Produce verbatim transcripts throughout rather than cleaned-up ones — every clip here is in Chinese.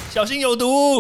小心有毒。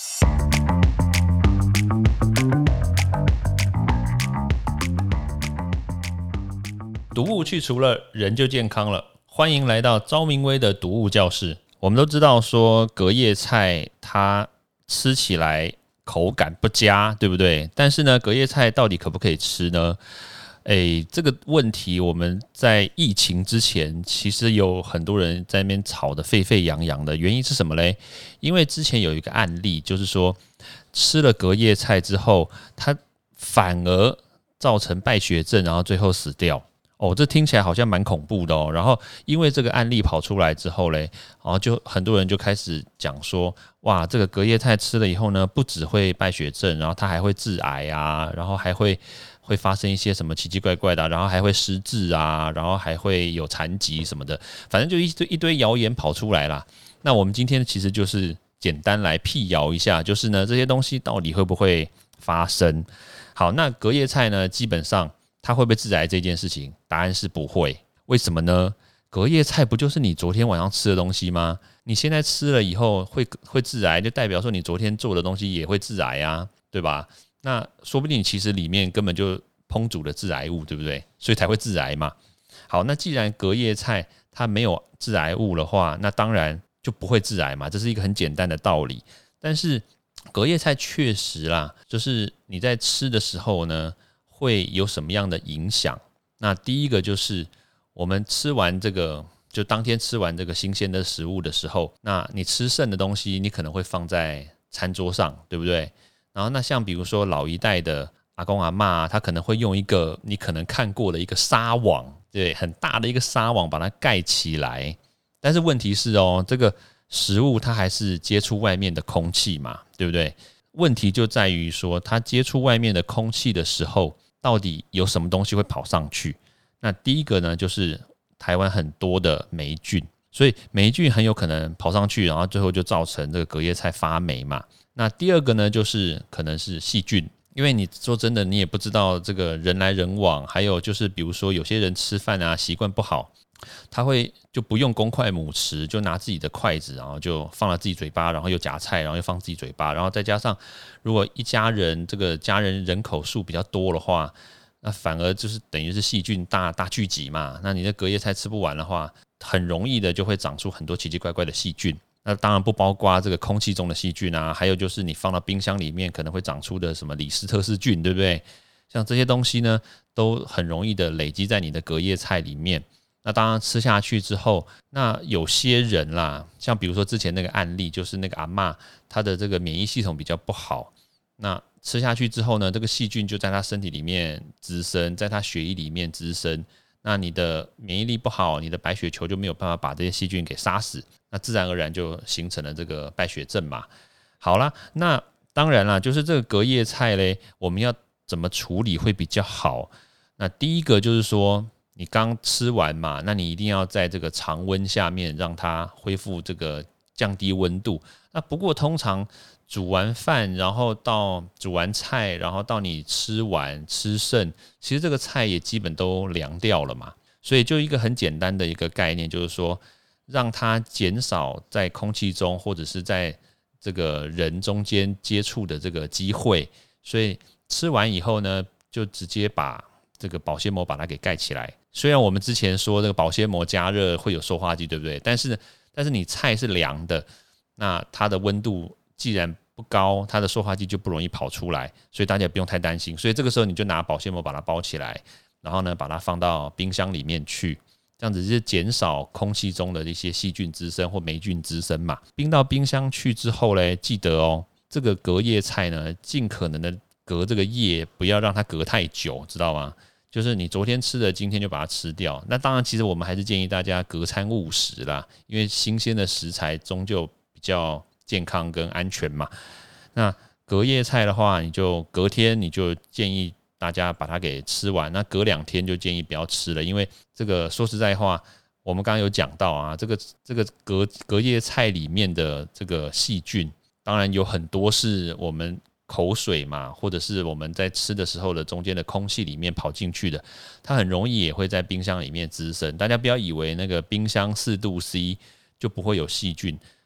毒物去除了，人就健康了。欢迎来到昭明威的毒物教室。我们都知道说隔叶菜它吃起来口感不佳，对不对？但是呢，隔叶菜到底可不可以吃呢？诶，这个问题我们在疫情之前，其实有很多人在那边吵得沸沸扬扬的。原因是什么嘞？因为之前有一个案例，就是说吃了隔叶菜之后，它反而造成败血症，然后最后死掉。哦，这听起来好像蛮恐怖的哦。然后因为这个案例跑出来之后嘞，然后就很多人就开始讲说，哇，这个隔叶菜吃了以后呢，不只会败血症，然后它还会致癌啊，然后还会会发生一些什么奇奇怪怪的、啊，然后还会失智啊，然后还会有残疾什么的，反正就一堆一堆谣言跑出来啦。那我们今天其实就是简单来辟谣一下，就是呢这些东西到底会不会发生？好，那隔叶菜呢，基本上它会不会致癌这件事情，答案是不会。为什么呢？隔叶菜不就是你昨天晚上吃的东西吗？你现在吃了以后会会致癌，就代表说你昨天做的东西也会致癌啊，对吧？那说不定你其实里面根本就烹煮了致癌物，对不对？所以才会致癌嘛。好，那既然隔叶菜它没有致癌物的话，那当然就不会致癌嘛，这是一个很简单的道理。但是隔叶菜确实啦，就是你在吃的时候呢，会有什么样的影响？那第一个就是我们吃完这个，就当天吃完这个新鲜的食物的时候，那你吃剩的东西，你可能会放在餐桌上，对不对？然后那像比如说老一代的阿公阿嬷，他可能会用一个你可能看过的一个纱网，对，很大的一个纱网把它盖起来。但是问题是哦，这个食物它还是接触外面的空气嘛，对不对？问题就在于说，它接触外面的空气的时候，到底有什么东西会跑上去？那第一个呢，就是台湾很多的霉菌，所以霉菌很有可能跑上去，然后最后就造成这个隔叶菜发霉嘛。那第二个呢，就是可能是细菌，因为你说真的，你也不知道这个人来人往，还有就是比如说有些人吃饭啊习惯不好，他会就不用公筷母匙，就拿自己的筷子，然后就放了自己嘴巴，然后又夹菜，然后又放自己嘴巴，然后再加上如果一家人这个家人人口数比较多的话，那反而就是等于是细菌大大聚集嘛。那你的隔叶菜吃不完的话，很容易的就会长出很多奇奇怪怪的细菌。那当然不包括这个空气中的细菌啊，还有就是你放到冰箱里面可能会长出的什么李斯特氏菌，对不对？像这些东西呢，都很容易的累积在你的隔叶菜里面。那当然吃下去之后，那有些人啦，像比如说之前那个案例，就是那个阿嬷，她的这个免疫系统比较不好，那吃下去之后呢，这个细菌就在她身体里面滋生，在她血液里面滋生。那你的免疫力不好，你的白血球就没有办法把这些细菌给杀死，那自然而然就形成了这个败血症嘛。好啦，那当然啦，就是这个隔叶菜嘞，我们要怎么处理会比较好？那第一个就是说，你刚吃完嘛，那你一定要在这个常温下面让它恢复这个降低温度。那不过通常煮完饭，然后到煮完菜，然后到你吃完吃剩，其实这个菜也基本都凉掉了嘛。所以就一个很简单的一个概念，就是说让它减少在空气中或者是在这个人中间接触的这个机会。所以吃完以后呢，就直接把这个保鲜膜把它给盖起来。虽然我们之前说这个保鲜膜加热会有塑化剂，对不对？但是但是你菜是凉的，那它的温度既然不高，它的塑化剂就不容易跑出来，所以大家也不用太担心。所以这个时候你就拿保鲜膜把它包起来，然后呢把它放到冰箱里面去，这样子是减少空气中的一些细菌滋生或霉菌滋生嘛。冰到冰箱去之后嘞，记得哦，这个隔叶菜呢，尽可能的隔这个叶，不要让它隔太久，知道吗？就是你昨天吃的，今天就把它吃掉。那当然，其实我们还是建议大家隔餐误食啦，因为新鲜的食材终究比较健康跟安全嘛。那隔叶菜的话，你就隔天你就建议大家把它给吃完，那隔两天就建议不要吃了，因为这个说实在话，我们刚刚有讲到啊，这个这个隔隔叶菜里面的这个细菌，当然有很多是我们口水嘛，或者是我们在吃的时候的中间的空气里面跑进去的，它很容易也会在冰箱里面滋生。大家不要以为那个冰箱四度 C 就不会有细菌，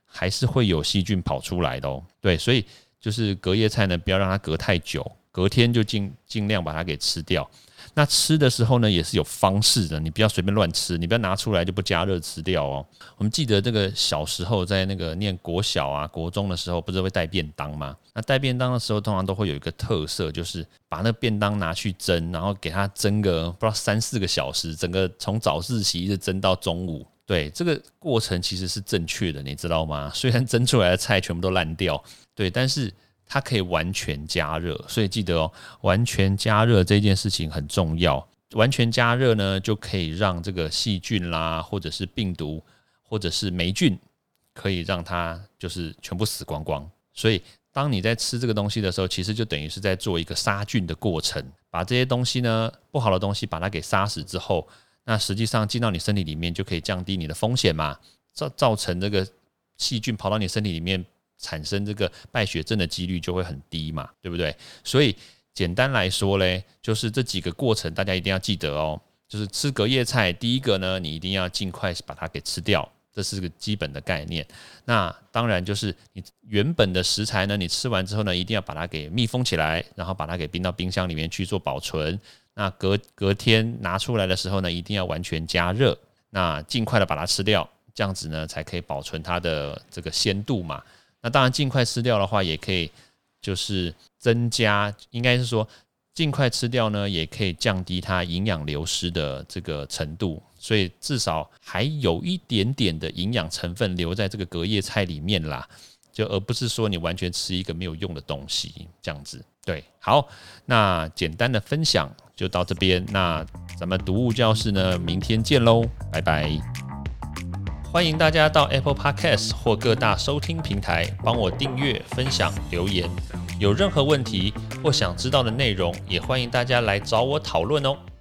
还是会有细菌跑出来的哦。对，所以就是隔夜菜呢，不要让它隔太久，隔天就尽尽量把它给吃掉。那吃的时候呢，也是有方式的，你不要随便乱吃，你不要拿出来就不加热吃掉哦。我们记得这个小时候在那个念国小啊、国中的时候，不是会带便当吗？那带便当的时候，通常都会有一个特色，就是把那便当拿去蒸，然后给它蒸个不知道三四个小时，整个从早自习一直蒸到中午。对，这个过程其实是正确的，你知道吗？虽然蒸出来的菜全部都烂掉，对，但是它可以完全加热，所以记得哦，完全加热这件事情很重要。完全加热呢，就可以让这个细菌啦，或者是病毒，或者是霉菌，可以让它就是全部死光光。所以当你在吃这个东西的时候，其实就等于是在做一个杀菌的过程，把这些东西呢，不好的东西把它给杀死之后，那实际上进到你身体里面就可以降低你的风险嘛，造造成这个细菌跑到你身体里面，产生这个败血症的几率就会很低嘛，对不对？所以简单来说嘞，就是这几个过程大家一定要记得哦。就是吃隔夜菜，第一个呢，你一定要尽快把它给吃掉，这是个基本的概念。那当然就是你原本的食材呢，你吃完之后呢，一定要把它给密封起来，然后把它给冰到冰箱里面去做保存。那隔隔天拿出来的时候呢，一定要完全加热，那尽快的把它吃掉，这样子呢才可以保存它的这个鲜度嘛。那当然尽快吃掉的话，也可以就是增加，应该是说尽快吃掉呢，也可以降低它营养流失的这个程度，所以至少还有一点点的营养成分留在这个隔夜菜里面啦，就而不是说你完全吃一个没有用的东西这样子。对，好，那简单的分享就到这边，那咱们读物教室呢，明天见喽，拜拜。欢迎大家到 Apple Podcast 或各大收听平台帮我订阅、分享、留言。有任何问题或想知道的内容，也欢迎大家来找我讨论哦。